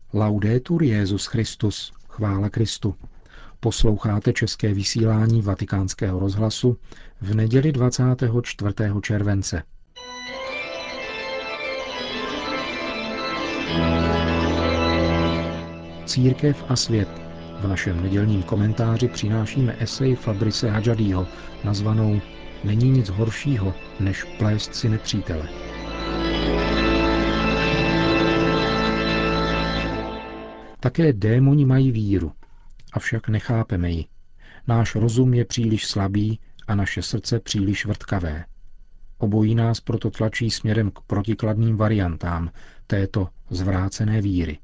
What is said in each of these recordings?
Laudetur Jesus Christus, chvála Kristu. Posloucháte české vysílání Vatikánského rozhlasu v neděli 24. července. Církev a svět. V našem nedělním komentáři přinášíme esej Fabrice Hadžadího, nazvanou Není nic horšího, než plést si nepřítele. Také démoni mají víru, avšak nechápeme ji. Náš rozum je příliš slabý a naše srdce příliš vrtkavé. Obojí nás proto tlačí směrem k protikladným variantám této zvrácené víry.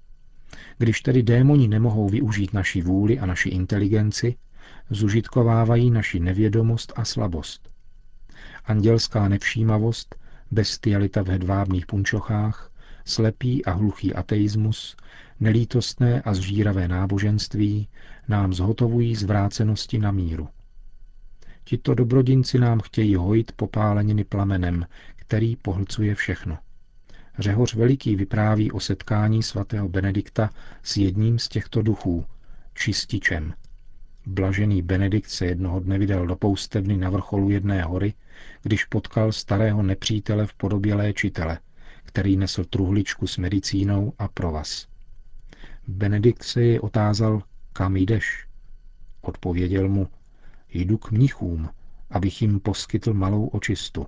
Když tedy démoni nemohou využít naši vůli a naši inteligenci, zužitkovávají naši nevědomost a slabost. Andělská nevšímavost, bestialita v hedvábných punčochách, slepý a hluchý ateismus, nelítostné a zžíravé náboženství nám zhotovují zvrácenosti na míru. Tito dobrodinci nám chtějí hojit popáleniny plamenem, který pohlcuje všechno. Řehoř Veliký vypráví o setkání svatého Benedikta s jedním z těchto duchů, čističem. Blažený Benedikt se jednoho dne vydal do poustevny na vrcholu jedné hory, když potkal starého nepřítele v podobě léčitele, který nesl truhličku s medicínou a provaz. Benedikt se jej otázal, kam jdeš? Odpověděl mu, jdu k mnichům, abych jim poskytl malou očistu.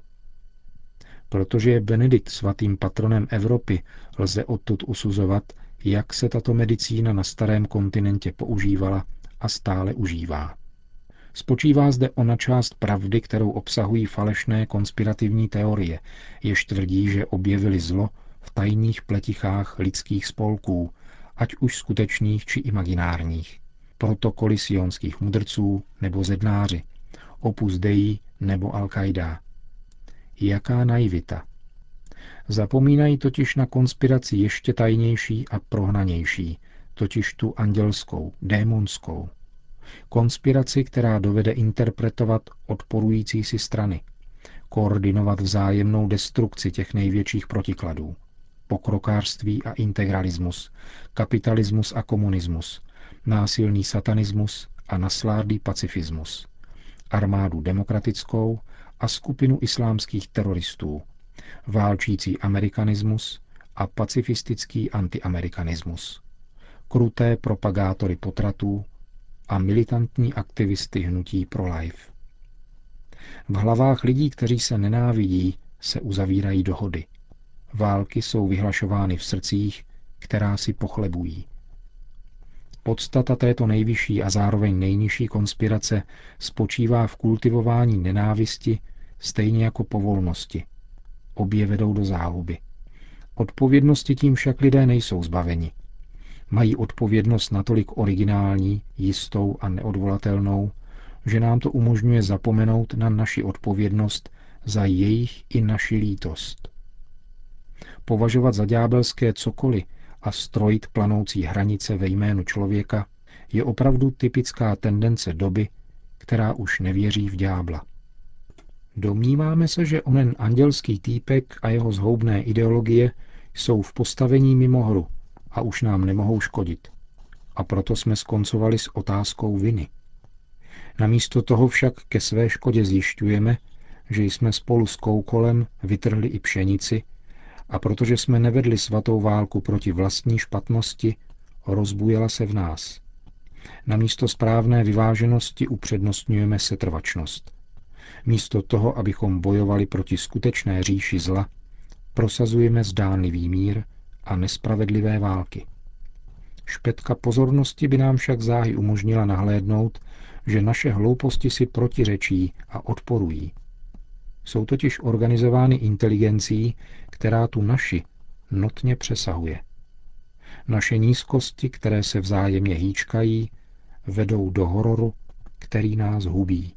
Protože je Benedikt svatým patronem Evropy, lze odtud usuzovat, jak se tato medicína na starém kontinentě používala a stále užívá. Spočívá zde ona část pravdy, kterou obsahují falešné konspirativní teorie, jež tvrdí, že objevili zlo v tajných pletichách lidských spolků, ať už skutečných či imaginárních, protokoly sionských mudrců nebo zednáři, Opus Dei nebo Al-Qaida. Jaká naivita! Zapomínají totiž na konspiraci ještě tajnější a prohnanější, totiž tu andělskou, démonskou. Konspiraci, která dovede interpretovat odporující si strany, koordinovat vzájemnou destrukci těch největších protikladů. Pokrokářství a integralismus, kapitalismus a komunismus, násilný satanismus a nasládlý pacifismus, armádu demokratickou a skupinu islámských teroristů, válčící amerikanismus a pacifistický antiamerikanismus, kruté propagátory potratů a militantní aktivisty hnutí pro-life. V hlavách lidí, kteří se nenávidí, se uzavírají dohody. Války jsou vyhlašovány v srdcích, která si pochlebují. Podstata této nejvyšší a zároveň nejnižší konspirace spočívá v kultivování nenávisti, stejně jako povolnosti. Obě vedou do záhuby. Odpovědnosti tím však lidé nejsou zbaveni. Mají odpovědnost natolik originální, jistou a neodvolatelnou, že nám to umožňuje zapomenout na naši odpovědnost za jejich i naši lítost. Považovat za ďábelské cokoliv a strojit planoucí hranice ve jménu člověka je opravdu typická tendence doby, která už nevěří v ďábla. Domníváme se, že onen andělský týpek a jeho zhoubné ideologie jsou v postavení mimo hru a už nám nemohou škodit. A proto jsme skoncovali s otázkou viny. Namísto toho však ke své škodě zjišťujeme, že jsme spolu s koukolem vytrhli i pšenici a protože jsme nevedli svatou válku proti vlastní špatnosti, rozbujela se v nás. Namísto správné vyváženosti upřednostňujeme setrvačnost. Místo toho, abychom bojovali proti skutečné říši zla, prosazujeme zdánlivý mír a nespravedlivé války. Špetka pozornosti by nám však záhy umožnila nahlédnout, že naše hlouposti si protiřečí a odporují. Jsou totiž organizovány inteligencí, která tu naši notně přesahuje. Naše nízkosti, které se vzájemně hýčkají, vedou do hororu, který nás hubí.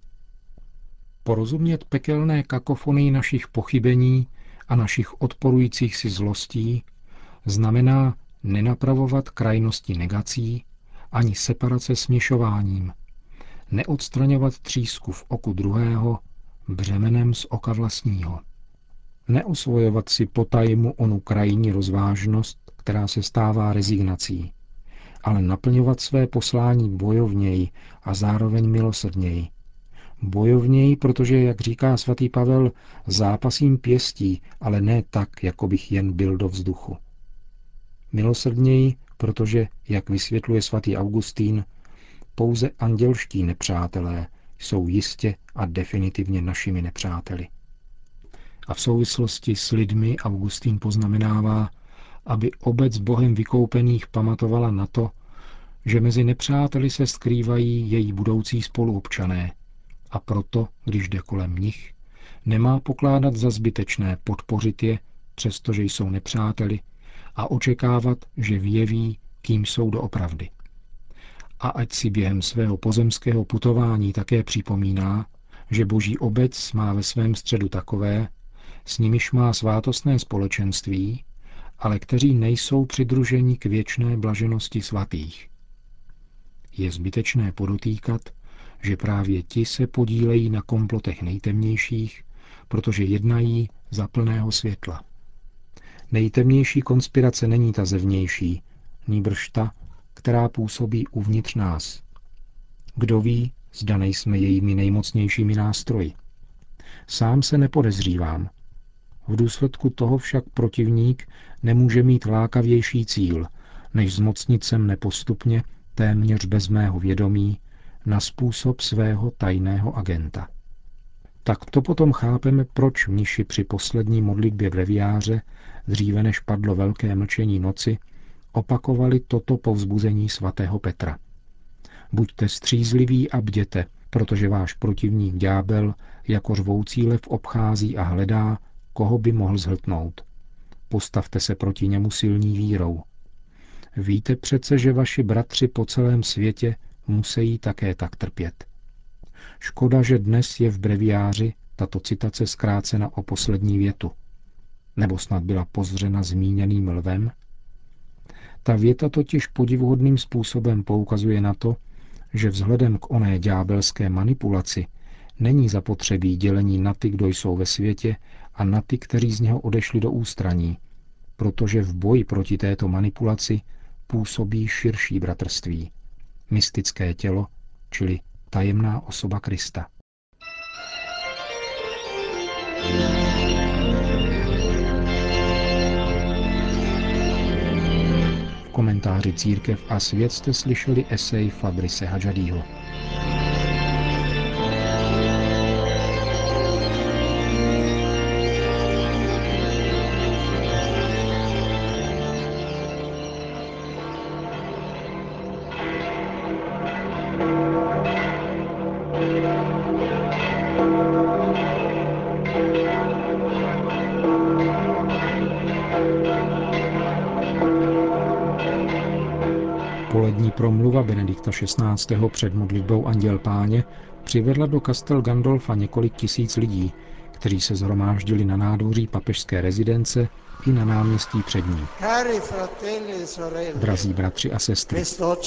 Porozumět pekelné kakofonii našich pochybení a našich odporujících si zlostí znamená nenapravovat krajnosti negací ani separace směšováním, neodstraňovat třísku v oku druhého břemenem z oka vlastního, neosvojovat si potajmu onu krajní rozvážnost, která se stává rezignací, ale naplňovat své poslání bojovněji a zároveň milosrdněji. Bojovněji, protože, jak říká svatý Pavel, zápasím pěstí, ale ne tak, jako bych jen byl do vzduchu. Milosrdněji, protože, jak vysvětluje svatý Augustín, pouze andělští nepřátelé jsou jistě a definitivně našimi nepřáteli. A v souvislosti s lidmi Augustín poznamenává, aby obec Bohem vykoupených pamatovala na to, že mezi nepřáteli se skrývají její budoucí spoluobčané a proto, když jde kolem nich, nemá pokládat za zbytečné podpořit je, přestože jsou nepřáteli, a očekávat, že vyjeví, kým jsou doopravdy. A ať si během svého pozemského putování také připomíná, že Boží obec má ve svém středu takové, s nimiž má svátostné společenství, ale kteří nejsou přidruženi k věčné blaženosti svatých. Je zbytečné podotýkat, že právě ti se podílejí na komplotech nejtemnějších, protože jednají za plného světla. Nejtemnější konspirace není ta zevnější, nýbrž ta, která působí uvnitř nás. Kdo ví, zda nejsme jejími nejmocnějšími nástroji. Sám se nepodezřívám. V důsledku toho však protivník nemůže mít lákavější cíl, než zmocnit se mne postupně, téměř bez mého vědomí, na způsob svého tajného agenta. Tak to potom chápeme, proč mniši při poslední modlitbě breviáře, dříve než padlo velké mlčení noci, opakovali toto povzbuzení svatého Petra. Buďte střízliví a bděte, protože váš protivník ďábel jako řvoucí lev obchází a hledá, koho by mohl zhltnout. Postavte se proti němu silní vírou. Víte přece, že vaši bratři po celém světě musí také tak trpět. Škoda, že dnes je v breviáři tato citace zkrácena o poslední větu. Nebo snad byla pozřena zmíněným lvem? Ta věta totiž podivuhodným způsobem poukazuje na to, že vzhledem k oné ďábelské manipulaci není zapotřebí dělení na ty, kdo jsou ve světě, a na ty, kteří z něho odešli do ústraní, protože v boji proti této manipulaci působí širší bratrství, mystické tělo, čili tajemná osoba Krista. V komentáři Církev a svět jste slyšeli esej Fabrice Hadžadího. Polední promluva Benedikta XVI. Před modlitbou Anděl Páně přivedla do Castel Gandolfa několik tisíc lidí, kteří se shromáždili na nádvoří papežské rezidence i na náměstí před ní. Drazí bratři a sestry,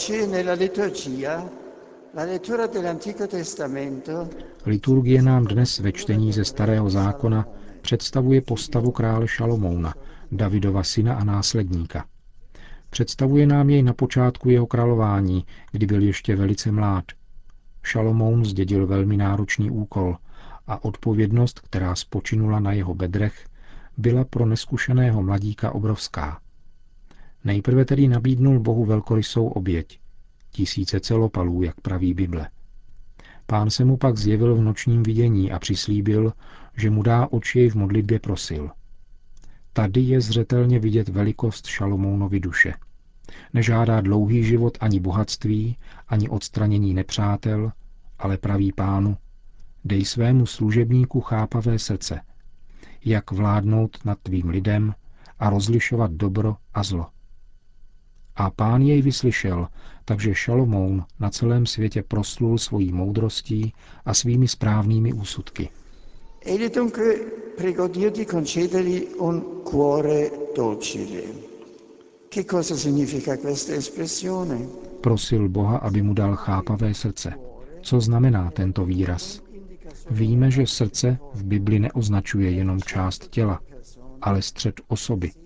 liturgie nám dnes ve čtení ze Starého zákona představuje postavu krále Šalomouna, Davidova syna a následníka. Představuje nám jej na počátku jeho králování, kdy byl ještě velice mlád. Šalomoun zdědil velmi náročný úkol a odpovědnost, která spočinula na jeho bedrech, byla pro neskušeného mladíka obrovská. Nejprve tedy nabídnul Bohu velkorysou oběť, 1000 celopalů, jak praví Bible. Pán se mu pak zjevil v nočním vidění a přislíbil, že mu dá, oč jej v modlitbě prosil. Tady je zřetelně vidět velikost Šalomounovy duše. Nežádá dlouhý život ani bohatství, ani odstranění nepřátel, ale praví Pánu, dej svému služebníku chápavé srdce, jak vládnout nad tvým lidem a rozlišovat dobro a zlo. A Pán jej vyslyšel, takže Šalomoun na celém světě proslul svojí moudrostí a svými správnými úsudky. Egli dunque pregò Dio di concedergli un cuore docile. Che cosa significa questa espressione? Prosil Boha, aby mu dal chápavé srdce. Co znamená tento výraz? Víme, že srdce v Bibli neoznačuje jenom část těla, ale střed osoby,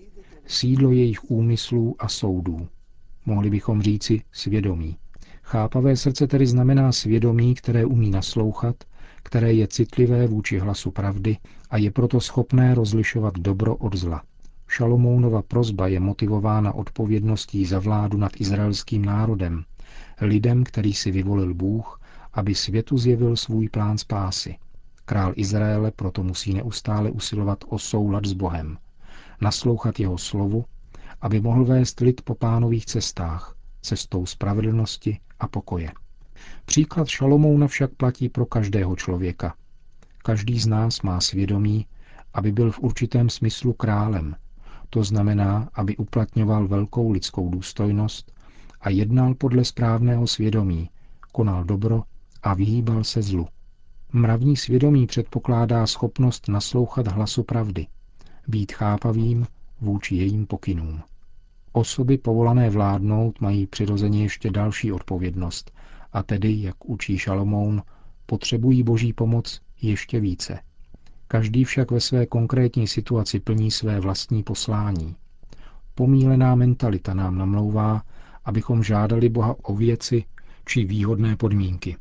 sídlo jejich úmyslů a soudů. Mohli bychom říci svědomí. Chápavé srdce tedy znamená svědomí, které umí naslouchat, které je citlivé vůči hlasu pravdy a je proto schopné rozlišovat dobro od zla. Šalomounova prosba je motivována odpovědností za vládu nad izraelským národem, lidem, který si vyvolil Bůh, aby světu zjevil svůj plán spásy. Král Izraele proto musí neustále usilovat o soulad s Bohem, naslouchat jeho slovu, aby mohl vést lid po Pánových cestách, cestou spravedlnosti a pokoje. Příklad Šalomouna však platí pro každého člověka. Každý z nás má svědomí, aby byl v určitém smyslu králem. To znamená, aby uplatňoval velkou lidskou důstojnost a jednal podle správného svědomí, konal dobro a vyhýbal se zlu. Mravní svědomí předpokládá schopnost naslouchat hlasu pravdy, být chápavým vůči jejím pokynům. Osoby povolané vládnout mají přirozeně ještě další odpovědnost, a tedy, jak učí Šalomoun, potřebují Boží pomoc ještě více. Každý však ve své konkrétní situaci plní své vlastní poslání. Pomílená mentalita nám namlouvá, abychom žádali Boha o věci či výhodné podmínky.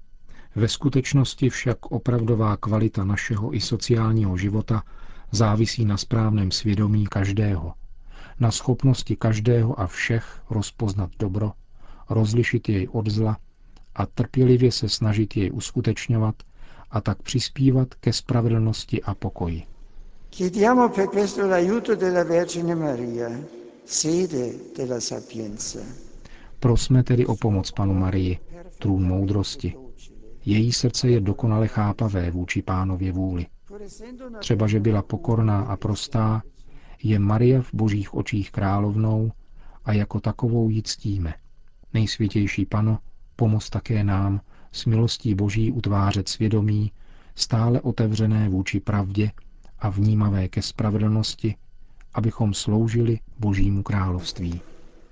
Ve skutečnosti však opravdová kvalita našeho i sociálního života závisí na správném svědomí každého, na schopnosti každého a všech rozpoznat dobro, rozlišit jej od zla a trpělivě se snažit jej uskutečňovat a tak přispívat ke spravedlnosti a pokoji. Chiediamo per questo l'aiuto della Vergine Maria, sede della sapienza. Prosme tedy o pomoc Panu Marii, trůn moudrosti. Její srdce je dokonale chápavé vůči Pánově vůli. Třeba, že byla pokorná a prostá, je Marie v Božích očích královnou a jako takovou ji ctíme. Nejsvětější Pano, pomoz také nám s milostí Boží utvářet svědomí, stále otevřené vůči pravdě a vnímavé ke spravedlnosti, abychom sloužili Božímu království.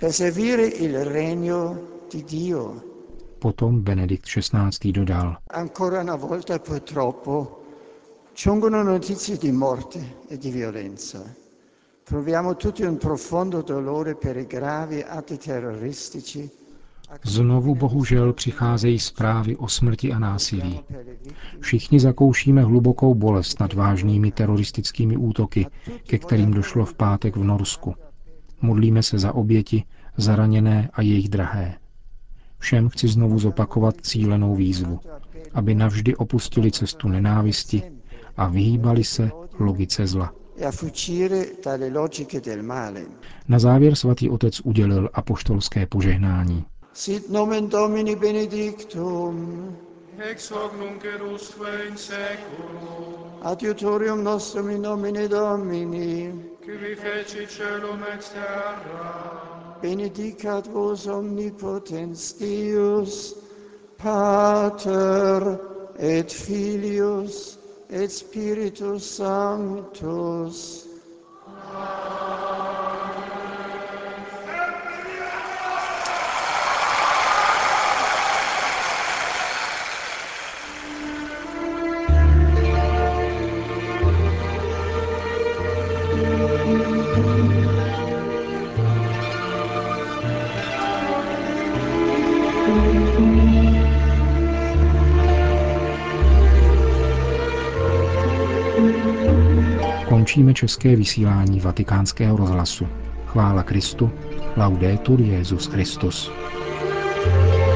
Potom Benedikt XVI. Dodal: Ancora una volta purtroppo giungono notizie di morte e di violenza. Proviamo tutti un profondo dolore per i gravi atti terroristici. Znovu bohužel přicházejí zprávy o smrti a násilí. Všichni zakoušíme hlubokou bolest nad vážnými teroristickými útoky, ke kterým došlo v pátek v Norsku. Modlíme se za oběti, zraněné a jejich drahé. Všem chci znovu zopakovat cílenou výzvu, aby navždy opustili cestu nenávisti a vyhýbali se logice zla. Na závěr svatý otec udělil apoštolské požehnání. Sit nomen Domini benedictum, ex hoc nunc et usque in seculum, adiutorium nostrum in nomine Domini, qui feci caelum ex terra, benedicat vos omnipotens Deus, Pater et Filius et Spiritus Sanctus. Končíme české vysílání Vatikánského rozhlasu. Chvála Kristu, laudetur Jesus Christus.